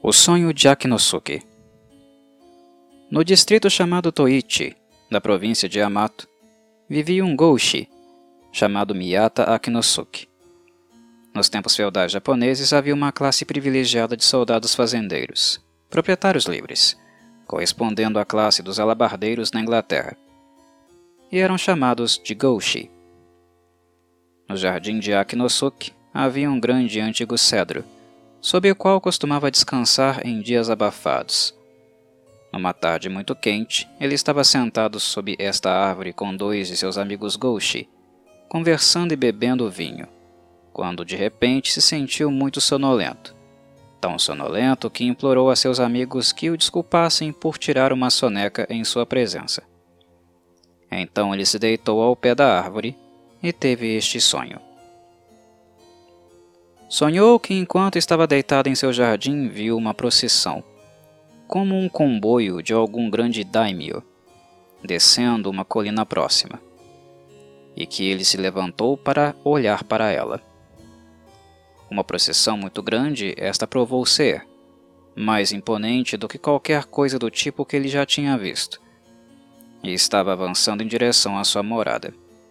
O sonho de Akinosuke. No distrito chamado Toichi, da província de Yamato, vivia um goushi, chamado Miyata Akinosuke. Nos tempos feudais japoneses havia uma classe privilegiada de soldados fazendeiros, proprietários livres, correspondendo à classe dos alabardeiros na Inglaterra, e eram chamados de goushi. No jardim de Akinosuke havia um grande e antigo cedro, sob o qual costumava descansar em dias abafados. Numa tarde muito quente, ele estava sentado sob esta árvore com dois de seus amigos goushi, conversando e bebendo vinho, quando de repente se sentiu muito sonolento. Tão sonolento que implorou a seus amigos que o desculpassem por tirar uma soneca em sua presença. Então ele se deitou ao pé da árvore e teve este sonho. Sonhou que enquanto estava deitado em seu jardim viu uma procissão, como um comboio de algum grande daimyo, descendo uma colina próxima, e que ele se levantou para olhar para ela. Uma procissão muito grande esta provou ser, mais imponente do que qualquer coisa do tipo que ele já tinha visto, e estava avançando em direção à sua morada.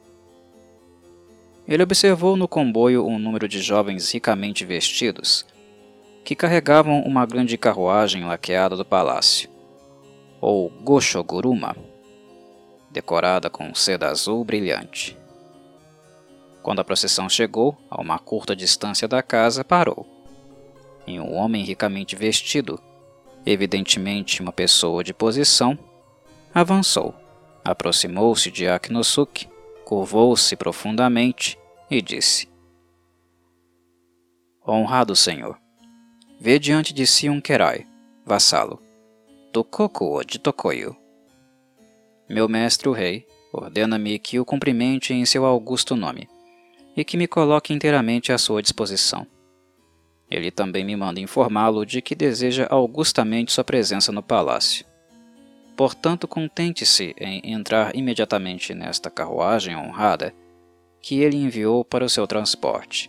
Ele observou no comboio um número de jovens ricamente vestidos, que carregavam uma grande carruagem laqueada do palácio, ou Goshoguruma, decorada com seda azul brilhante. Quando a procissão chegou a uma curta distância da casa, parou, e um homem ricamente vestido, evidentemente uma pessoa de posição, avançou, aproximou-se de Akinosuke, curvou-se profundamente e disse: "Honrado senhor, vê diante de si um Kerai, vassalo, Tokoku de Tokoyo. Meu mestre o rei ordena-me que o cumprimente em seu augusto nome, e que me coloque inteiramente à sua disposição. Ele também me manda informá-lo de que deseja augustamente sua presença no palácio. Portanto, contente-se em entrar imediatamente nesta carruagem honrada que ele enviou para o seu transporte."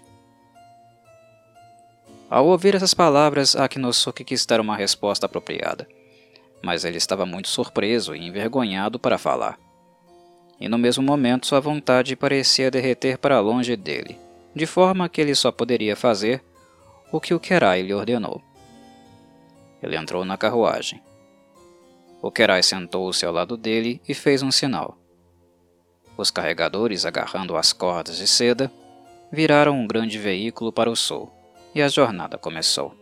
Ao ouvir essas palavras, Akinosuke quis dar uma resposta apropriada, mas ele estava muito surpreso e envergonhado para falar. E no mesmo momento sua vontade parecia derreter para longe dele, de forma que ele só poderia fazer o que o Kerai lhe ordenou. Ele entrou na carruagem. O Kerai sentou-se ao lado dele e fez um sinal. Os carregadores, agarrando as cordas de seda, viraram um grande veículo para o sul, e a jornada começou.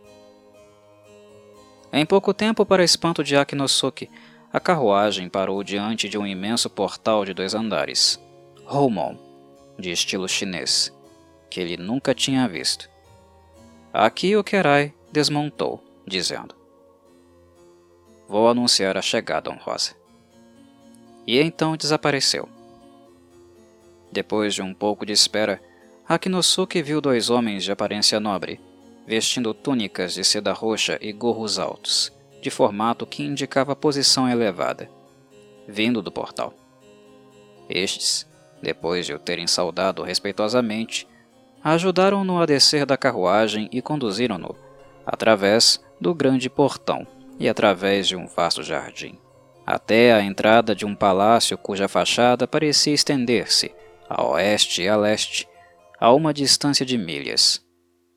Em pouco tempo, para espanto de Akinosuke, a carruagem parou diante de um imenso portal de 2 andares, Homon, de estilo chinês, que ele nunca tinha visto. Aqui o Kerai desmontou, dizendo: "Vou anunciar a chegada honrosa." E então desapareceu. Depois de um pouco de espera, Akinosuke viu 2 homens de aparência nobre, vestindo túnicas de seda roxa e gorros altos, de formato que indicava posição elevada, vindo do portal. Estes, depois de o terem saudado respeitosamente, ajudaram-no a descer da carruagem e conduziram-no, através do grande portão e através de um vasto jardim, até a entrada de um palácio cuja fachada parecia estender-se, a oeste e a leste, a uma distância de milhas.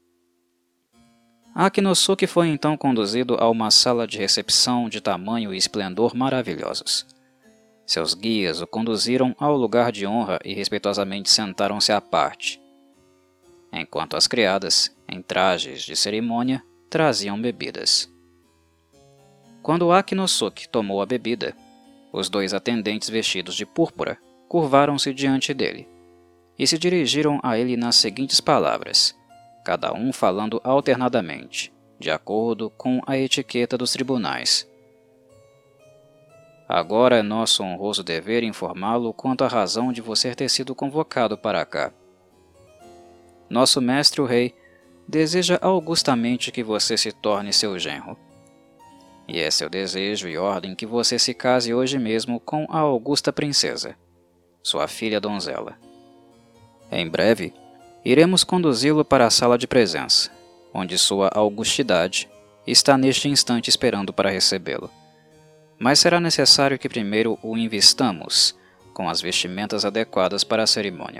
Akinosuke foi então conduzido a uma sala de recepção de tamanho e esplendor maravilhosos. Seus guias o conduziram ao lugar de honra e respeitosamente sentaram-se à parte, enquanto as criadas, em trajes de cerimônia, traziam bebidas. Quando Akinosuke tomou a bebida, os 2 atendentes vestidos de púrpura curvaram-se diante dele e se dirigiram a ele nas seguintes palavras, cada um falando alternadamente, de acordo com a etiqueta dos tribunais: "Agora é nosso honroso dever informá-lo quanto à razão de você ter sido convocado para cá. Nosso mestre o rei deseja augustamente que você se torne seu genro. E é seu desejo e ordem que você se case hoje mesmo com a augusta princesa, sua filha donzela. Em breve, iremos conduzi-lo para a sala de presença, onde sua augustidade e está neste instante esperando para recebê-lo. Mas será necessário que primeiro o invistamos com as vestimentas adequadas para a cerimônia.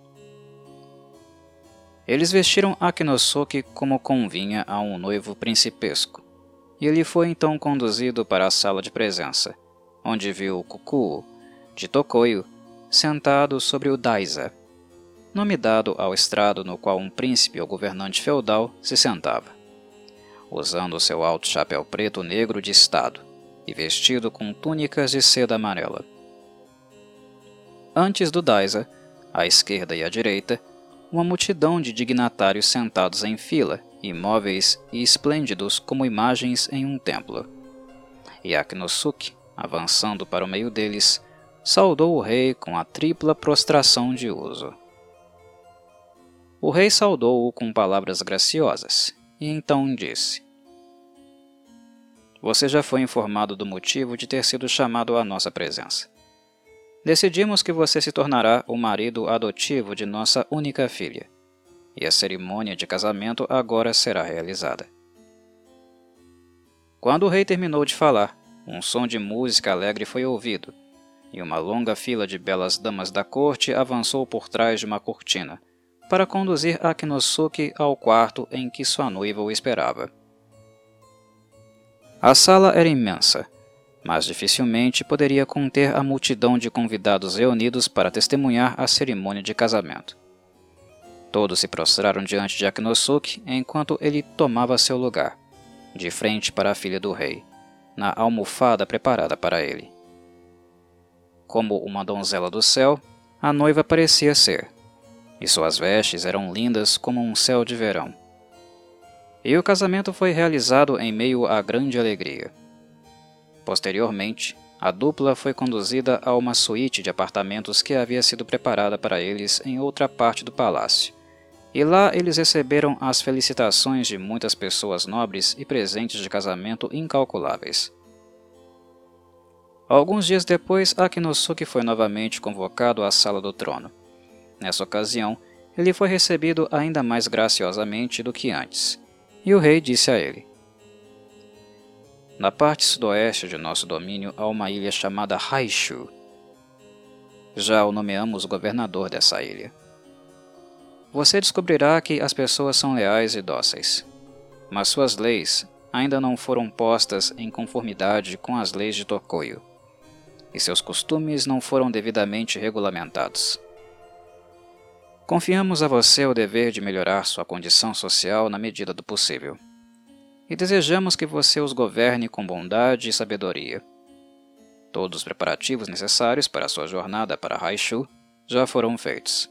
Eles vestiram Akinosuke como convinha a um noivo principesco, e ele foi então conduzido para a sala de presença, onde viu o Kukuo, de Tokoyo, sentado sobre o Daiza, nome dado ao estrado no qual um príncipe ou governante feudal se sentava, usando seu alto chapéu preto negro de estado e vestido com túnicas de seda amarela. Antes do Daiza, à esquerda e à direita, uma multidão de dignatários sentados em fila, imóveis e esplêndidos como imagens em um templo. E Akinosuke, avançando para o meio deles, saudou o rei com a tripla prostração de uso. O rei saudou-o com palavras graciosas, e então disse: Você já foi informado do motivo de ter sido chamado à nossa presença. Decidimos que você se tornará o marido adotivo de nossa única filha, e a cerimônia de casamento agora será realizada. Quando o rei terminou de falar, um som de música alegre foi ouvido, e uma longa fila de belas damas da corte avançou por trás de uma cortina, para conduzir Akinosuke ao quarto em que sua noiva o esperava. A sala era imensa, mas dificilmente poderia conter a multidão de convidados reunidos para testemunhar a cerimônia de casamento. Todos se prostraram diante de Akinosuke enquanto ele tomava seu lugar, de frente para a filha do rei, na almofada preparada para ele. Como uma donzela do céu, a noiva parecia ser, e suas vestes eram lindas como um céu de verão. E o casamento foi realizado em meio à grande alegria. Posteriormente, a dupla foi conduzida a uma suíte de apartamentos que havia sido preparada para eles em outra parte do palácio, e lá eles receberam as felicitações de muitas pessoas nobres e presentes de casamento incalculáveis. Alguns dias depois, Akinosuke foi novamente convocado à sala do trono. Nessa ocasião, ele foi recebido ainda mais graciosamente do que antes, e o rei disse a ele: Na parte sudoeste de nosso domínio há uma ilha chamada Haishu. Já o nomeamos governador dessa ilha. Você descobrirá que as pessoas são leais e dóceis, mas suas leis ainda não foram postas em conformidade com as leis de Tokoyo, e seus costumes não foram devidamente regulamentados. Confiamos a você o dever de melhorar sua condição social na medida do possível, e desejamos que você os governe com bondade e sabedoria. Todos os preparativos necessários para sua jornada para Haishu já foram feitos.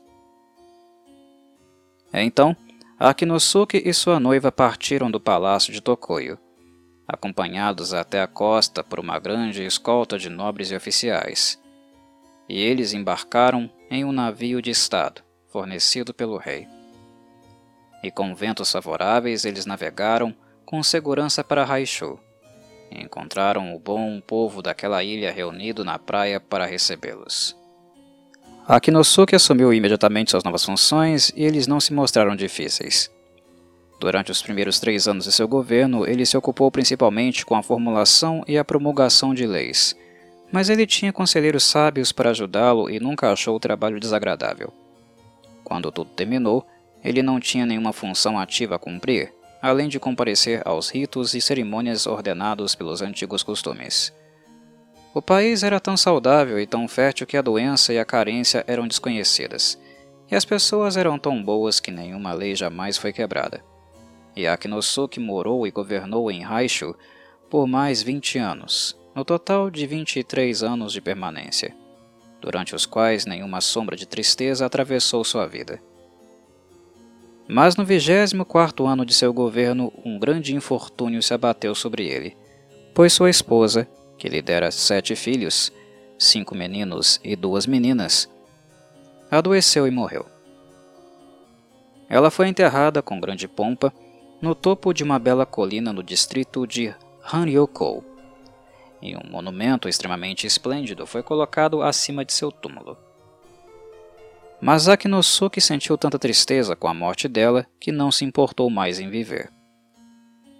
Então, Akinosuke e sua noiva partiram do palácio de Tokoyo, acompanhados até a costa por uma grande escolta de nobres e oficiais, e eles embarcaram em um navio de estado, fornecido pelo rei. E com ventos favoráveis eles navegaram com segurança para Haishu, e encontraram o bom povo daquela ilha reunido na praia para recebê-los. Akinosuke assumiu imediatamente suas novas funções e eles não se mostraram difíceis. Durante os primeiros 3 anos de seu governo, ele se ocupou principalmente com a formulação e a promulgação de leis, mas ele tinha conselheiros sábios para ajudá-lo e nunca achou o trabalho desagradável. Quando tudo terminou, ele não tinha nenhuma função ativa a cumprir, além de comparecer aos ritos e cerimônias ordenados pelos antigos costumes. O país era tão saudável e tão fértil que a doença e a carência eram desconhecidas, e as pessoas eram tão boas que nenhuma lei jamais foi quebrada. E Akinosuke morou e governou em Haishu por mais 20 anos, no total de 23 anos de permanência, durante os quais nenhuma sombra de tristeza atravessou sua vida. Mas no 24º ano de seu governo, um grande infortúnio se abateu sobre ele, pois sua esposa, que lhe dera 7 filhos, 5 meninos e 2 meninas, adoeceu e morreu. Ela foi enterrada com grande pompa no topo de uma bela colina no distrito de Hanryōkou, e um monumento extremamente esplêndido foi colocado acima de seu túmulo. Mas Akinosuke sentiu tanta tristeza com a morte dela que não se importou mais em viver.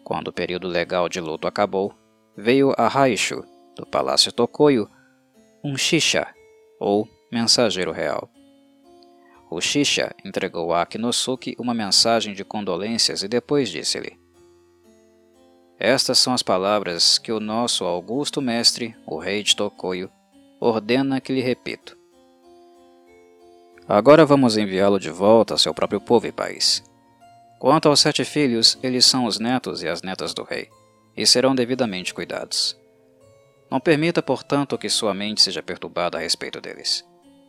Quando o período legal de luto acabou, veio a Raishu, do Palácio Tokoyo, um Shisha, ou mensageiro real. O Shisha entregou a Akinosuke uma mensagem de condolências e depois disse-lhe: "Estas são as palavras que o nosso augusto mestre, o rei de Tokoyo, ordena que lhe repito. Agora vamos enviá-lo de volta a seu próprio povo e país. Quanto aos 7 filhos, eles são os netos e as netas do rei, e serão devidamente cuidados. Não permita, portanto, que sua mente seja perturbada a respeito deles."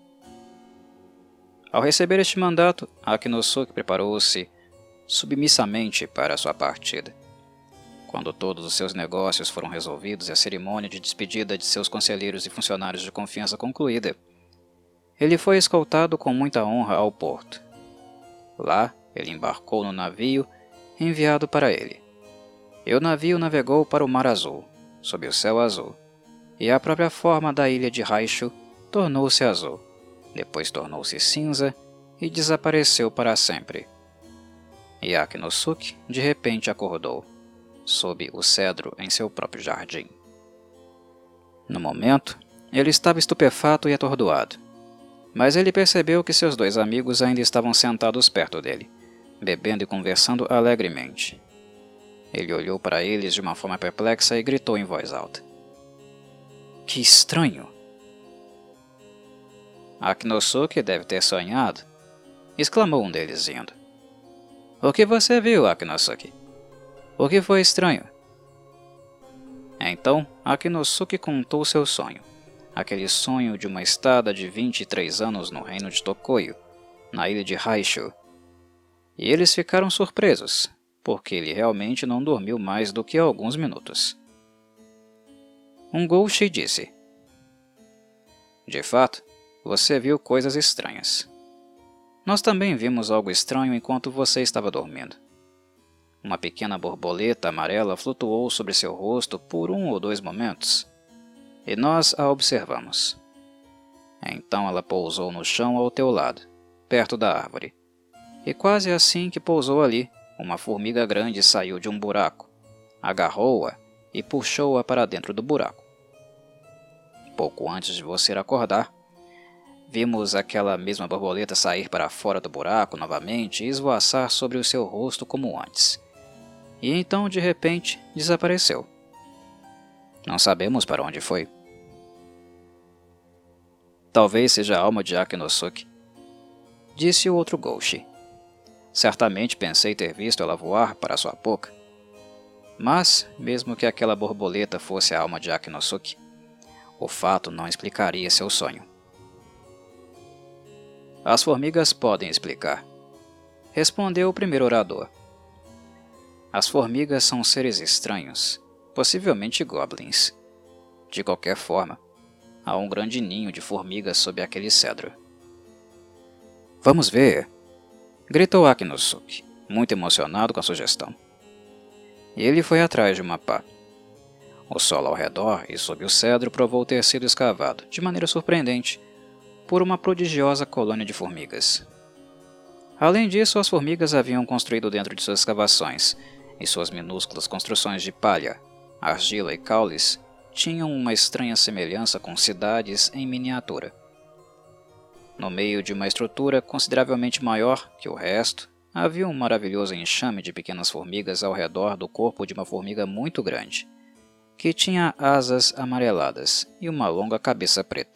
Ao receber este mandato, Akinosuke preparou-se submissamente para sua partida. Quando todos os seus negócios foram resolvidos e a cerimônia de despedida de seus conselheiros e funcionários de confiança concluída, ele foi escoltado com muita honra ao porto. Lá, ele embarcou no navio enviado para ele. E o navio navegou para o Mar Azul, sob o céu azul, e a própria forma da ilha de Raishu tornou-se azul, depois tornou-se cinza e desapareceu para sempre. E Akinosuke de repente acordou, sob o cedro em seu próprio jardim. No momento, ele estava estupefato e atordoado, mas ele percebeu que seus 2 amigos ainda estavam sentados perto dele, bebendo e conversando alegremente. Ele olhou para eles de uma forma perplexa e gritou em voz alta: "Que estranho!" "Akinosuke deve ter sonhado", exclamou um deles rindo. "O que você viu, Akinosuke? O que foi estranho?" Então, Akinosuke contou seu sonho, aquele sonho de uma estada de 23 anos no reino de Tokoyo, na ilha de Raishu. E eles ficaram surpresos, porque ele realmente não dormiu mais do que alguns minutos. Um Goushi disse: "De fato, você viu coisas estranhas. Nós também vimos algo estranho enquanto você estava dormindo. Uma pequena borboleta amarela flutuou sobre seu rosto por 1 ou 2 momentos, e nós a observamos. Então ela pousou no chão ao teu lado, perto da árvore, e quase assim que pousou ali, uma formiga grande saiu de um buraco, agarrou-a e puxou-a para dentro do buraco. Pouco antes de você acordar, vimos aquela mesma borboleta sair para fora do buraco novamente e esvoaçar sobre o seu rosto como antes. E então, de repente, desapareceu. Não sabemos para onde foi." "Talvez seja a alma de Akinosuke", disse o outro Goushi. "Certamente pensei ter visto ela voar para sua boca. Mas, mesmo que aquela borboleta fosse a alma de Akinosuke, o fato não explicaria seu sonho." "As formigas podem explicar", respondeu o primeiro orador. "As formigas são seres estranhos, possivelmente goblins. De qualquer forma, há um grande ninho de formigas sob aquele cedro." "Vamos ver!" gritou Akinosuke, muito emocionado com a sugestão. E ele foi atrás de uma pá. O solo ao redor e sob o cedro provou ter sido escavado, de maneira surpreendente, por uma prodigiosa colônia de formigas. Além disso, as formigas haviam construído dentro de suas escavações, e suas minúsculas construções de palha, argila e caules tinham uma estranha semelhança com cidades em miniatura. No meio de uma estrutura consideravelmente maior que o resto, havia um maravilhoso enxame de pequenas formigas ao redor do corpo de uma formiga muito grande, que tinha asas amareladas e uma longa cabeça preta.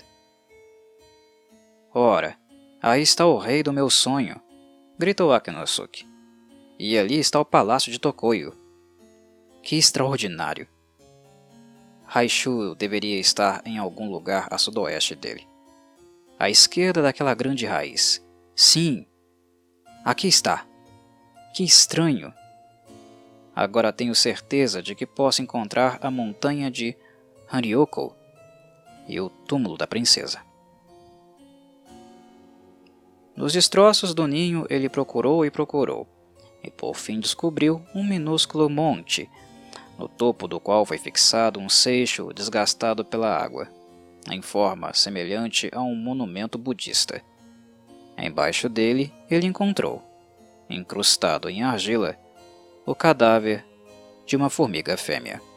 "Ora, aí está o rei do meu sonho!" gritou Akinosuke. "E ali está o palácio de Tokoyo. Que extraordinário! Raishu deveria estar em algum lugar a sudoeste dele, à esquerda daquela grande raiz. Sim, aqui está. Que estranho! Agora tenho certeza de que posso encontrar a montanha de Hanryoko e o túmulo da princesa." Nos destroços do ninho ele procurou e por fim descobriu um minúsculo monte, no topo do qual foi fixado um seixo desgastado pela água, em forma semelhante a um monumento budista. Embaixo dele ele encontrou, incrustado em argila, o cadáver de uma formiga fêmea.